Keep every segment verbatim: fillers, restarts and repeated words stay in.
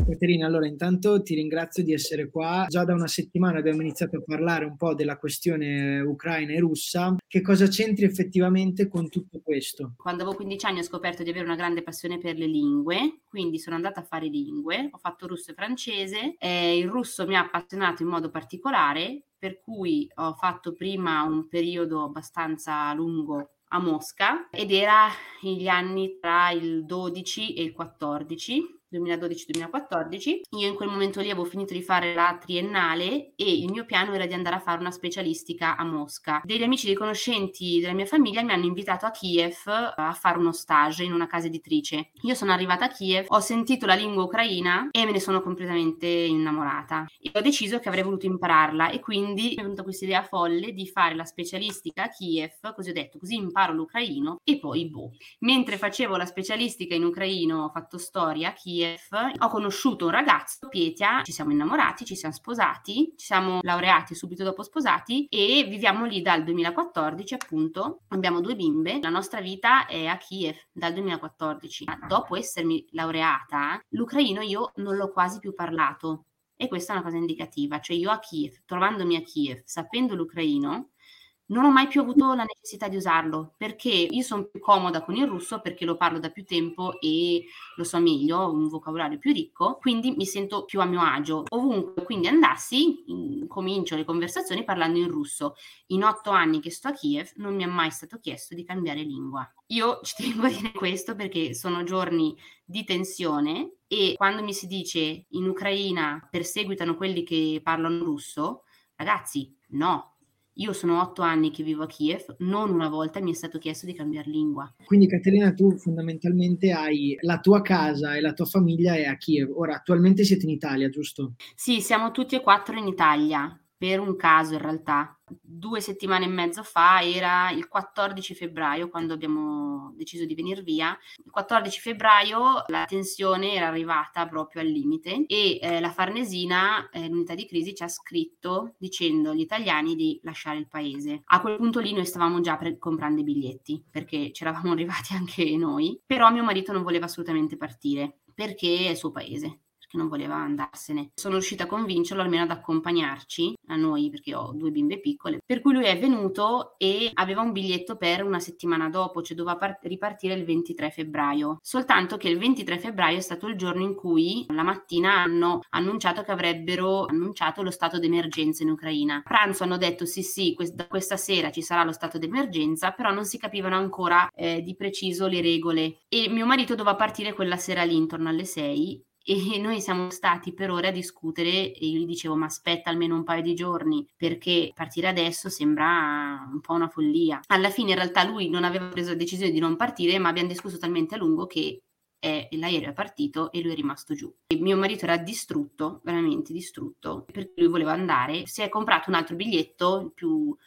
Caterina, allora intanto ti ringrazio di essere qua. Già da una settimana abbiamo iniziato a parlare un po' della questione ucraina e russa. Che cosa c'entri effettivamente con tutto questo? Quando avevo quindici anni ho scoperto di avere una grande passione per le lingue, quindi sono andata a fare lingue, ho fatto russo e francese, e il russo mi ha appassionato in modo particolare, per cui ho fatto prima un periodo abbastanza lungo a Mosca ed era gli anni tra il dodici e il quattordici, duemiladodici duemilaquattordici. Io in quel momento lì avevo finito di fare la triennale e il mio piano era di andare a fare una specialistica a Mosca. Degli amici, dei conoscenti della mia famiglia mi hanno invitato a Kiev a fare uno stage in una casa editrice. Io sono arrivata a Kiev, ho sentito la lingua ucraina e me ne sono completamente innamorata e ho deciso che avrei voluto impararla, e quindi mi è venuta questa idea folle di fare la specialistica a Kiev, così ho detto così imparo l'ucraino e poi boh. Mentre facevo la specialistica in ucraino, ho fatto storia a Kiev, ho conosciuto un ragazzo, Pietia, ci siamo innamorati, ci siamo sposati, ci siamo laureati subito dopo sposati e viviamo lì dal duemilaquattordici, appunto, abbiamo due bimbe, la nostra vita è a Kiev dal duemilaquattordici. Dopo essermi laureata, l'ucraino io non l'ho quasi più parlato, e questa è una cosa indicativa, cioè io a Kiev, trovandomi a Kiev, sapendo l'ucraino, non ho mai più avuto la necessità di usarlo, perché io son più comoda con il russo perché lo parlo da più tempo e lo so meglio, ho un vocabolario più ricco, quindi mi sento più a mio agio. Ovunque quindi andassi, in- comincio le conversazioni parlando in russo. In otto anni che sto a Kiev non mi è mai stato chiesto di cambiare lingua. Io ci tengo a dire questo perché sono giorni di tensione, e quando mi si dice in Ucraina perseguitano quelli che parlano russo, ragazzi, no. Io sono otto anni che vivo a Kiev, non una volta mi è stato chiesto di cambiar lingua. Quindi Caterina, tu fondamentalmente hai la tua casa e la tua famiglia è a Kiev. Ora, attualmente siete in Italia, giusto? Sì, siamo tutti e quattro in Italia, per un caso in realtà. due settimane e mezzo fa, era il quattordici febbraio quando abbiamo deciso di venir via. Il quattordici febbraio la tensione era arrivata proprio al limite e, ehm, la Farnesina, ehm, l'unità di crisi, ci ha scritto dicendo agli italiani di lasciare il paese. A quel punto lì noi stavamo già pre comprando i biglietti, perché c'eravamo arrivati anche noi, però mio marito non voleva assolutamente partire, perché è il suo paese, perché non voleva andarsene. Sono riuscita a convincerlo almeno ad accompagnarci, a noi, perché ho due bimbe piccole, per cui lui è venuto e aveva un biglietto per una settimana dopo, cioè doveva par- ripartire il ventitré febbraio. Soltanto che il ventitré febbraio è stato il giorno in cui la mattina hanno annunciato che avrebbero annunciato lo stato d'emergenza in Ucraina. A pranzo hanno detto sì sì, quest- da questa sera ci sarà lo stato d'emergenza, però non si capivano ancora eh, di preciso le regole, e mio marito doveva partire quella sera lì intorno alle sei, e noi siamo stati per ore a discutere e io gli dicevo ma aspetta almeno un paio di giorni, perché partire adesso sembra un po' una follia. Alla fine in realtà lui non aveva preso la decisione di non partire, ma abbiamo discusso talmente a lungo che eh, l'aereo è partito e lui è rimasto giù. E mio marito era distrutto, veramente distrutto, perché lui voleva andare. Si è comprato un altro biglietto, il più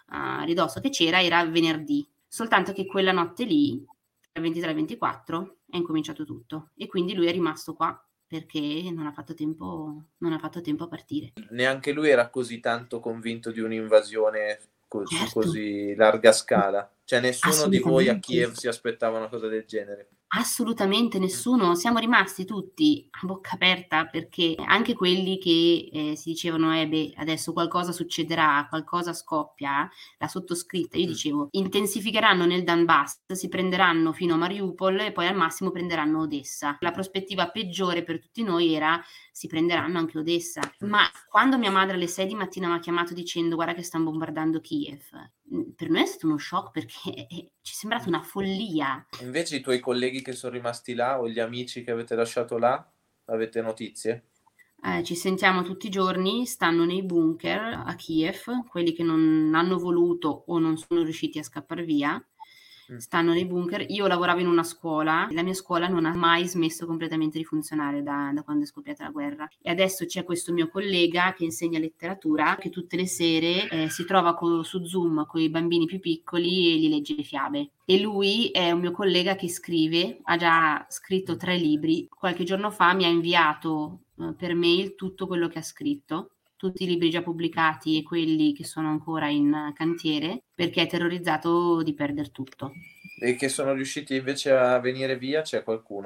a ridosso che c'era, era venerdì. Soltanto che quella notte lì, dal ventitré al ventiquattro, è incominciato tutto e quindi lui è rimasto qua perché non ha fatto tempo, non ha fatto tempo a partire. Neanche lui era così tanto convinto di un'invasione co- su Certo, così larga scala. Cioè nessuno di voi a assolutamente. Kiev si aspettava una cosa del genere. Assolutamente nessuno, siamo rimasti tutti a bocca aperta, perché anche quelli che, ehm, si dicevano: "Eh beh, adesso qualcosa succederà, qualcosa scoppia", la sottoscritta, io Mh. dicevo: "Intensificheranno nel Donbass, si prenderanno fino a Mariupol e poi al massimo prenderanno Odessa". La prospettiva peggiore per tutti noi era: si prenderanno anche Odessa. Ma quando mia madre alle sei di mattina m'ha chiamato dicendo: "Guarda che stan bombardando Kiev", mhmm, per noi è stato uno shock perché, eh, ci è sembrata una follia. Invece i tuoi colleghi che sono rimasti là o gli amici che avete lasciato là, avete notizie? Eh, ci sentiamo tutti i giorni, stanno nei bunker a Kiev, quelli che non hanno voluto o non sono riusciti a scappar via, Mh. stanno nei bunker. Io lavoravo in una scuola, la mia scuola non ha mai smesso completamente di funzionare da da quando è scoppiata la guerra, e adesso c'è questo mio collega che insegna letteratura, che tutte le sere, ehm, si trova co su Zoom coi bambini più piccoli e gli legge le fiabe. E lui è un mio collega che scrive, ha già scritto tre libri. Qualche giorno fa mi ha inviato, uhm, per mail tutto quello che ha scritto, tutti i libri già pubblicati e quelli che sono ancora in cantiere, perché è terrorizzato di perder tutto. E che sono riusciti invece a venire via, c'è qualcuno?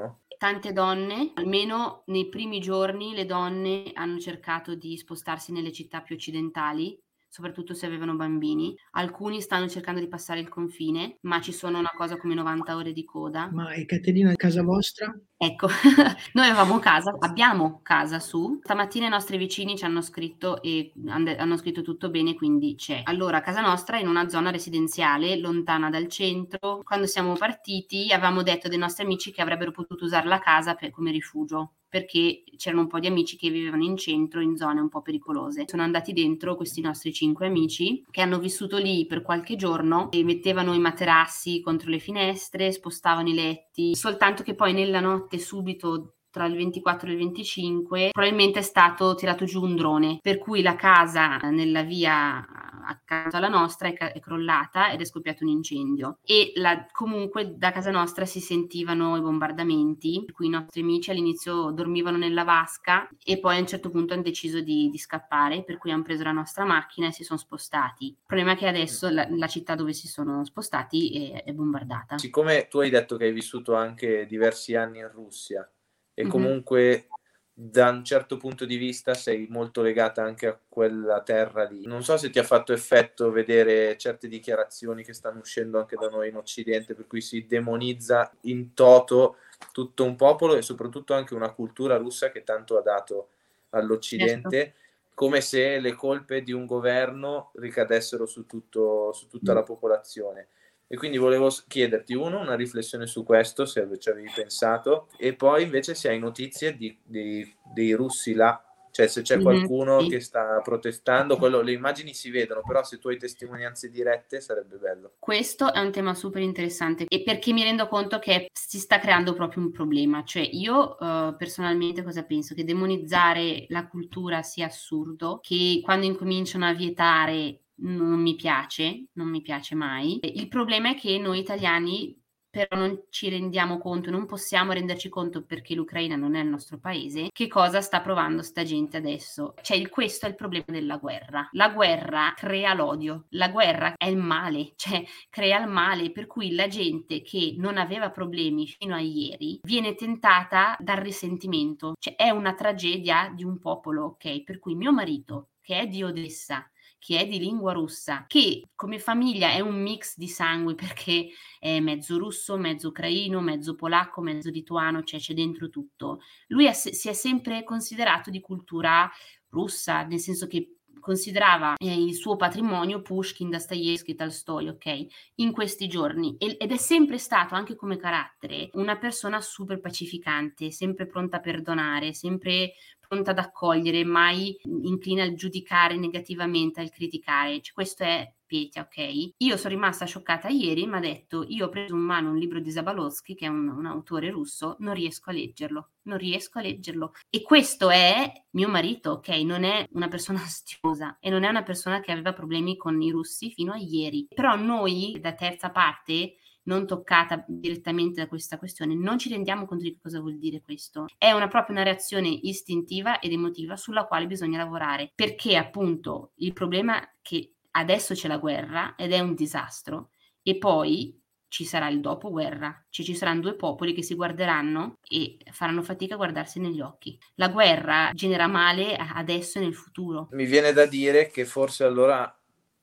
tante donne, almeno nei primi giorni le donne hanno cercato di spostarsi nelle città più occidentali, soprattutto se avevano bambini. Alcuni stanno cercando di passare il confine, ma ci sono una cosa come novanta ore di coda. Ma e Caterina, a casa vostra? Ecco, noi avevamo casa, abbiamo casa su. Stamattina i nostri vicini ci hanno scritto e han- hanno scritto tutto bene, quindi c'è. Allora, casa nostra è in una zona residenziale, lontana dal centro. Quando siamo partiti avevamo detto dei nostri amici che avrebbero potuto usare la casa per- come rifugio, perché c'erano un po' di amici che vivevano in centro, in zone un po' pericolose. Sono andati dentro questi nostri cinque amici che hanno vissuto lì per qualche giorno e mettevano i materassi contro le finestre, spostavano i letti, soltanto che poi nella notte subito tra il ventiquattro e il venticinque probabilmente è stato tirato giù un drone, per cui la casa nella via accanto alla nostra è, ca- è crollata ed è scoppiato un incendio e la, comunque da casa nostra si sentivano i bombardamenti, per cui i nostri amici all'inizio dormivano nella vasca e poi a un certo punto hanno deciso di, di scappare, per cui hanno preso la nostra macchina e si sono spostati. Il problema è che adesso la, la città dove si sono spostati è, è bombardata. Siccome tu hai detto che hai vissuto anche diversi anni in Russia e Mhm. comunque da un certo punto di vista sei molto legata anche a quella terra lì, non so se ti ha fatto effetto vedere certe dichiarazioni che stanno uscendo anche da noi in Occidente, per cui si demonizza in toto tutto un popolo e soprattutto anche una cultura russa che tanto ha dato all'Occidente, Certo. come se le colpe di un governo ricadessero su, tutto, su tutta Mm. la popolazione. E quindi volevo chiederti, uno, una riflessione su questo, se ci avevi pensato, e poi invece se hai notizie di, di, dei russi là, cioè se c'è Mhm, qualcuno sì. che sta protestando, quello, le immagini si vedono, però se tu hai testimonianze dirette sarebbe bello. Questo è un tema super interessante e perché mi rendo conto che si sta creando proprio un problema, cioè io eh, personalmente cosa penso? Che demonizzare la cultura sia assurdo, che quando incominciano a vietare non mi piace, non mi piace mai. Il problema è che noi italiani però non ci rendiamo conto, non possiamo renderci conto perché l'Ucraina non è il nostro paese, che cosa sta provando sta gente adesso. Cioè il, questo è il problema della guerra. La guerra crea l'odio, la guerra è il male, cioè crea il male, per cui la gente che non aveva problemi fino a ieri viene tentata dal risentimento. Cioè è una tragedia di un popolo, ok? Per cui mio marito, che è di Odessa, che è di lingua russa, che come famiglia è un mix di sangue perché è mezzo russo, mezzo ucraino, mezzo polacco, mezzo lituano, cioè c'è dentro tutto. Lui è, si è sempre considerato di cultura russa, nel senso che considerava eh, il suo patrimonio Pushkin, Dostoevsky, Tolstoi, ok? In questi giorni e, ed è sempre stato anche come carattere una persona super pacificante, sempre pronta a perdonare, sempre pronta ad accogliere, mai inclina al giudicare negativamente, al criticare. Cioè, questo è Petya, ok? Io sono rimasta scioccata ieri, mi ha detto, io ho preso in mano un libro di Zabalowski, che è un, un autore russo, non riesco a leggerlo, non riesco a leggerlo. E questo è mio marito, ok? Non è una persona astiosa e non è una persona che aveva problemi con i russi fino a ieri. Però noi, da terza parte, non toccata direttamente da questa questione, non ci rendiamo conto di cosa vuol dire questo. È una proprio una reazione istintiva ed emotiva sulla quale bisogna lavorare, perché appunto il problema è che adesso c'è la guerra ed è un disastro e poi ci sarà il dopoguerra, cioè ci saranno due popoli che si guarderanno e faranno fatica a guardarsi negli occhi. La guerra genera male adesso e nel futuro. Mi viene da dire che forse allora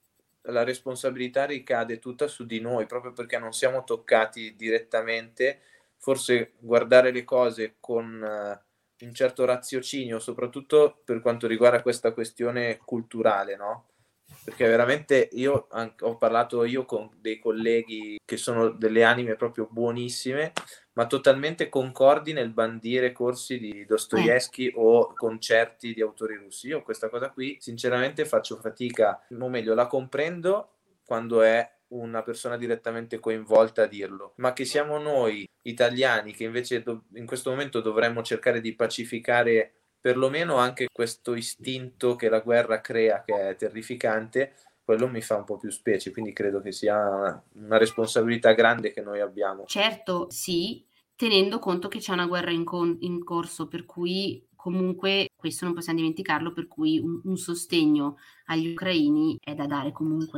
la responsabilità ricade tutta su di noi, proprio perché non siamo toccati direttamente, forse guardare le cose con uh, un certo raziocinio, soprattutto per quanto riguarda questa questione culturale, no? Perché veramente io anche, ho parlato io con dei colleghi che sono delle anime proprio buonissime, ma totalmente concordi nel bandire corsi di Dostoevsky Eh. o concerti di autori russi. Io questa cosa qui sinceramente faccio fatica, o meglio la comprendo quando è una persona direttamente coinvolta a dirlo, ma che siamo noi italiani che invece do- in questo momento dovremmo cercare di pacificare perlomeno anche questo istinto che la guerra crea, che è terrificante, quello mi fa un po' più specie, quindi credo che sia una, una responsabilità grande che noi abbiamo. Certo, sì, tenendo conto che c'è una guerra in, con- in corso, per cui comunque questo non possiamo dimenticarlo, per cui un, un sostegno agli ucraini è da dare comunque.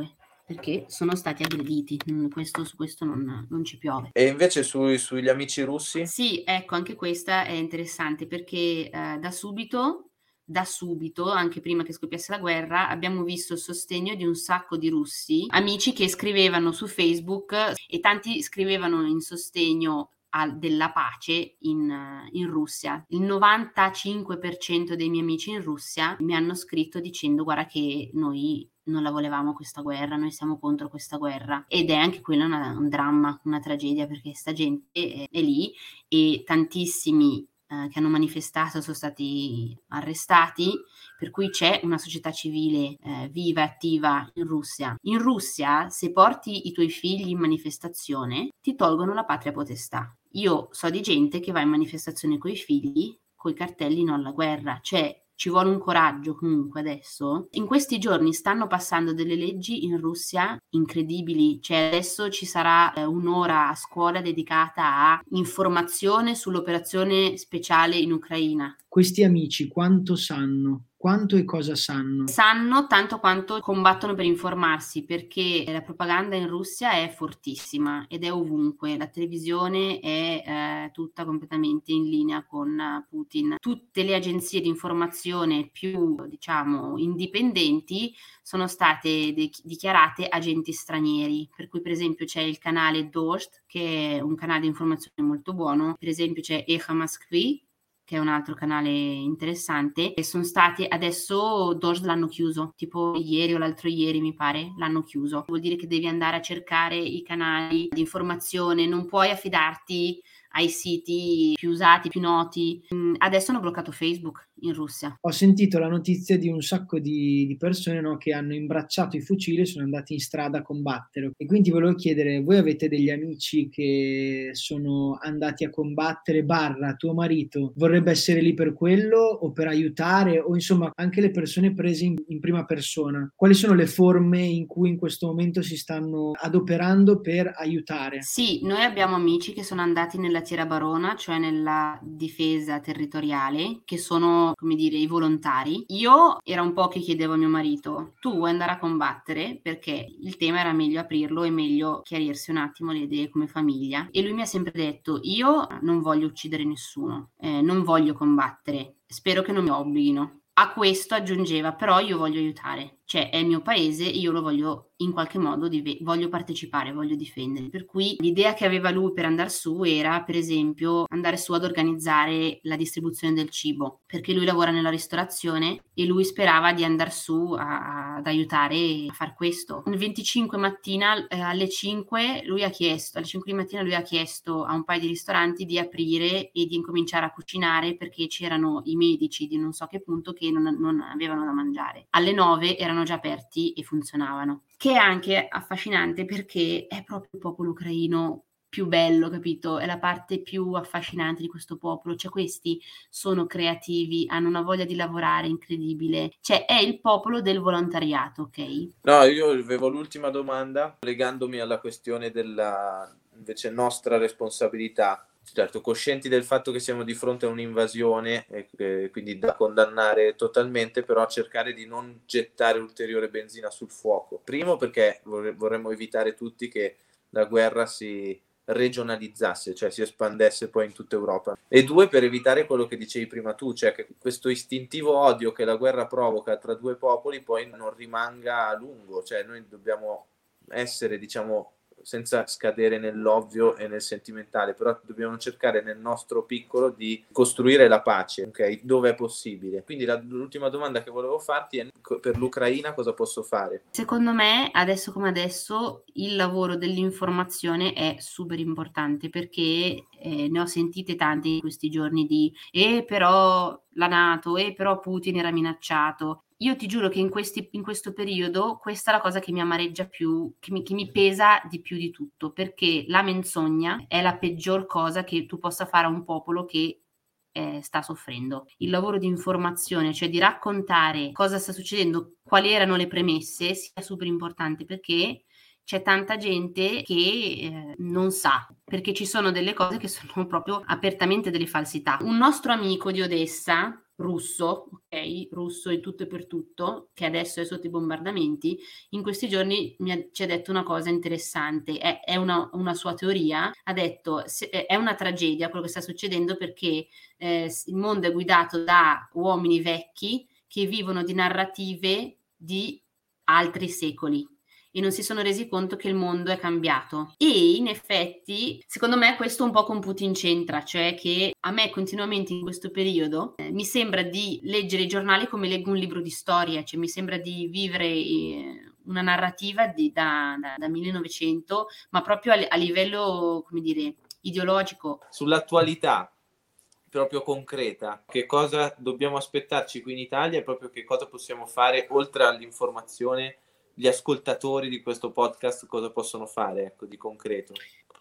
perché sono stati aggrediti. Questo, su questo non, non ci piove. E invece sui, sugli amici russi? Sì, ecco, anche questa è interessante perché eh, da subito, da subito, anche prima che scoppiasse la guerra, abbiamo visto il sostegno di un sacco di russi, amici che scrivevano su Facebook e tanti scrivevano in sostegno al, della pace in, in Russia. Il novantacinque per cento dei miei amici in Russia mi hanno scritto dicendo guarda che noi non la volevamo questa guerra, noi siamo contro questa guerra, ed è anche quello una, un dramma, una tragedia, perché sta gente è, è lì e tantissimi eh, che hanno manifestato sono stati arrestati, per cui c'è una società civile eh, viva e attiva in Russia. In Russia, se porti i tuoi figli in manifestazione, ti tolgono la patria potestà. Io so di gente che va in manifestazione con i figli coi cartelli no alla guerra, cioè ci vuole un coraggio comunque adesso. In questi giorni stanno passando delle leggi in Russia incredibili, cioè adesso ci sarà eh, un'ora a scuola dedicata a informazione sull'operazione speciale in Ucraina. Questi amici quanto sanno? Quanto e cosa sanno? Sanno tanto quanto combattono per informarsi, perché la propaganda in Russia è fortissima ed è ovunque. La televisione è eh, tutta completamente in linea con Putin. Tutte le agenzie di informazione più, diciamo, indipendenti sono state de- dichiarate agenti stranieri, per cui per esempio c'è il canale Dost, che è un canale di informazione molto buono, per esempio c'è Echa Moskvy, che è un altro canale interessante, e sono stati adesso Dost l'hanno chiuso, tipo ieri o l'altro ieri mi pare, l'hanno chiuso. Vuol dire che devi andare a cercare i canali di informazione, non puoi affidarti ai siti più usati, più noti. Adesso hanno bloccato Facebook in Russia. Ho sentito la notizia di un sacco di, di persone, no, che hanno imbracciato i fucili e sono andati in strada a combattere. E quindi volevo chiedere, voi avete degli amici che sono andati a combattere, barra tuo marito vorrebbe essere lì per quello o per aiutare, o insomma anche le persone prese in, in prima persona? Quali sono le forme in cui in questo momento si stanno adoperando per aiutare? Sì, noi abbiamo amici che sono andati nella Tiera Barona, cioè nella difesa territoriale, che sono, come dire, i volontari. Io era un po' che chiedevo a mio marito, tu vuoi andare a combattere? Perché il tema era meglio aprirlo e meglio chiarirsi un attimo le idee come famiglia. E lui mi ha sempre detto, io non voglio uccidere nessuno, eh, non voglio combattere, spero che non mi obblighino. A questo aggiungeva, però io voglio aiutare, cioè è il mio paese, io lo voglio in qualche modo, div- voglio partecipare, voglio difendere. Per cui l'idea che aveva lui per andare su era, per esempio, andare su ad organizzare la distribuzione del cibo, perché lui lavora nella ristorazione e lui sperava di andare su a- ad aiutare a far questo. Il venticinque mattina eh, alle cinque lui ha chiesto, alle cinque di mattina lui ha chiesto a un paio di ristoranti di aprire e di incominciare a cucinare, perché c'erano i medici di non so che punto che non, non avevano da mangiare. Alle nove erano già aperti e funzionavano. Che è anche affascinante perché è proprio il popolo ucraino più bello, capito? È la parte più affascinante di questo popolo. Cioè questi sono creativi, hanno una voglia di lavorare incredibile. Cioè è il popolo del volontariato, ok? No, io avevo l'ultima domanda, legandomi alla questione della invece nostra responsabilità. Certo, coscienti del fatto che siamo di fronte a un'invasione e eh, quindi da condannare totalmente, però cercare di non gettare ulteriore benzina sul fuoco. Primo perché vorremmo evitare tutti che la guerra si regionalizzasse, cioè si espandesse poi in tutta Europa. E due, per evitare quello che dicevi prima tu, cioè che questo istintivo odio che la guerra provoca tra due popoli poi non rimanga a lungo. Cioè noi dobbiamo essere, diciamo, senza scadere nell'ovvio e nel sentimentale, però dobbiamo cercare nel nostro piccolo di costruire la pace, ok? Dove è possibile. Quindi la, l'ultima domanda che volevo farti è: per l'Ucraina cosa posso fare? Secondo me, adesso come adesso, il lavoro dell'informazione è super importante, perché eh, ne ho sentite tante in questi giorni di e però la NATO, e però Putin era minacciato. Io ti giuro che in, questi, in questo periodo questa è la cosa che mi amareggia più, che mi, che mi pesa di più di tutto, perché la menzogna è la peggior cosa che tu possa fare a un popolo che eh, sta soffrendo. Il lavoro di informazione, cioè di raccontare cosa sta succedendo, quali erano le premesse, sia super importante, perché c'è tanta gente che eh, non sa, perché ci sono delle cose che sono proprio apertamente delle falsità. Un nostro amico di Odessa russo, ok, russo in tutto e per tutto, che adesso è sotto i bombardamenti, in questi giorni mi ha, ci ha detto una cosa interessante, è, è una, una sua teoria, ha detto se, è una tragedia quello che sta succedendo perché eh, il mondo è guidato da uomini vecchi che vivono di narrative di altri secoli e non si sono resi conto che il mondo è cambiato. E in effetti, secondo me, questo un po' con Putin c'entra, cioè che a me continuamente in questo periodo eh, mi sembra di leggere i giornali come leggo un libro di storia, cioè mi sembra di vivere eh, una narrativa di, da, da, da millenovecento, ma proprio a, a livello, come dire, ideologico. Sull'attualità proprio concreta, che cosa dobbiamo aspettarci qui in Italia e proprio che cosa possiamo fare oltre all'informazione. Gli ascoltatori di questo podcast cosa possono fare, ecco, di concreto?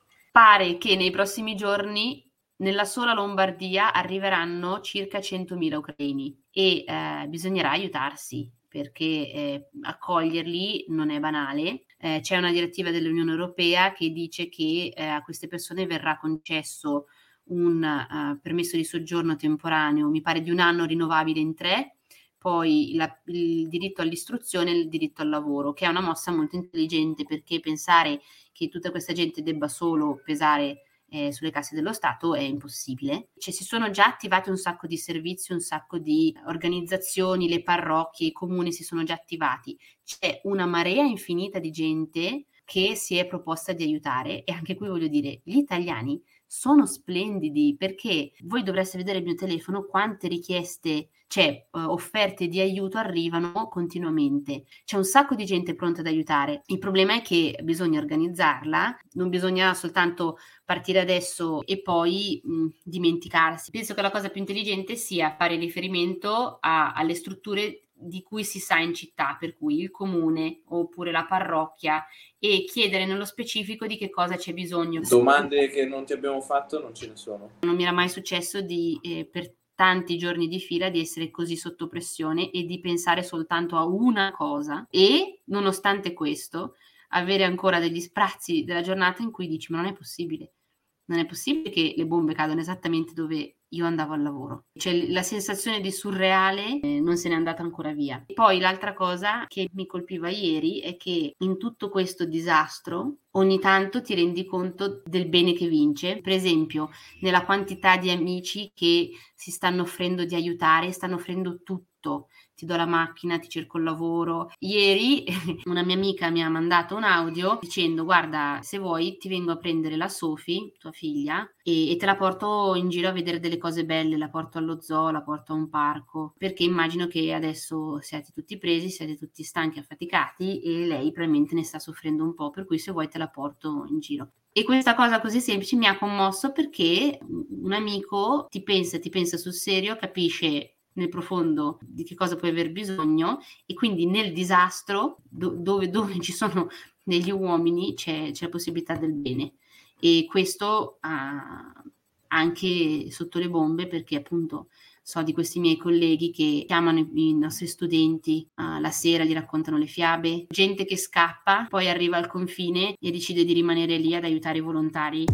Pare che nei prossimi giorni nella sola Lombardia arriveranno circa centomila ucraini e eh, bisognerà aiutarsi perché eh, accoglierli non è banale. Eh, c'è una direttiva dell'Unione Europea che dice che eh, a queste persone verrà concesso un uh, permesso di soggiorno temporaneo, mi pare di un anno rinnovabile in tre, poi la, il diritto all'istruzione e il diritto al lavoro, che è una mossa molto intelligente perché pensare che tutta questa gente debba solo pesare eh, sulle casse dello Stato è impossibile. Cioè, si sono già attivati un sacco di servizi, un sacco di organizzazioni, le parrocchie, i comuni si sono già attivati. C'è una marea infinita di gente che si è proposta di aiutare e anche qui voglio dire, gli italiani sono splendidi perché voi dovreste vedere il mio telefono quante richieste, cioè uh, offerte di aiuto arrivano continuamente. C'è un sacco di gente pronta ad aiutare. Il problema è che bisogna organizzarla, non bisogna soltanto partire adesso e poi mh, dimenticarsi. Penso che la cosa più intelligente sia fare riferimento a, alle strutture di cui si sa in città, per cui il comune oppure la parrocchia, e chiedere nello specifico di che cosa c'è bisogno. Domande che non ti abbiamo fatto non ce ne sono. Non mi era mai successo di eh, per tanti giorni di fila di essere così sotto pressione e di pensare soltanto a una cosa e nonostante questo avere ancora degli sprazzi della giornata in cui dici ma non è possibile. Non è possibile che le bombe cadano esattamente dove io andavo al lavoro. Cioè la sensazione di surreale eh, non se n'è andata ancora via. E poi l'altra cosa che mi colpiva ieri è che in tutto questo disastro ogni tanto ti rendi conto del bene che vince. Per esempio nella quantità di amici che si stanno offrendo di aiutare, stanno offrendo tutto. Ti do la macchina, ti cerco il lavoro. Ieri una mia amica mi ha mandato un audio dicendo guarda se vuoi ti vengo a prendere la Sofì, tua figlia, e, e te la porto in giro a vedere delle cose belle, la porto allo zoo, la porto a un parco, perché immagino che adesso siate tutti presi, siete tutti stanchi, affaticati e lei probabilmente ne sta soffrendo un po', per cui se vuoi te la porto in giro. E questa cosa così semplice mi ha commosso perché un amico ti pensa, ti pensa sul serio, capisce nel profondo di che cosa puoi aver bisogno e quindi nel disastro do, dove, dove ci sono degli uomini c'è, c'è la possibilità del bene e questo ah, anche sotto le bombe perché appunto so di questi miei colleghi che chiamano i, i nostri studenti uh, la sera, gli raccontano le fiabe, gente che scappa poi arriva al confine e decide di rimanere lì ad aiutare i volontari.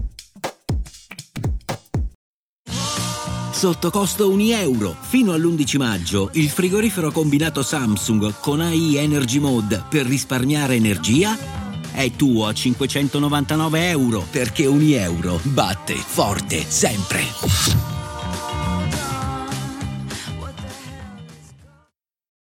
Sotto costo un euro. Fino all'undici maggio il frigorifero combinato Samsung con A I Energy Mode per risparmiare energia è tuo a cinquecentonovantanove euro perché un euro batte forte sempre.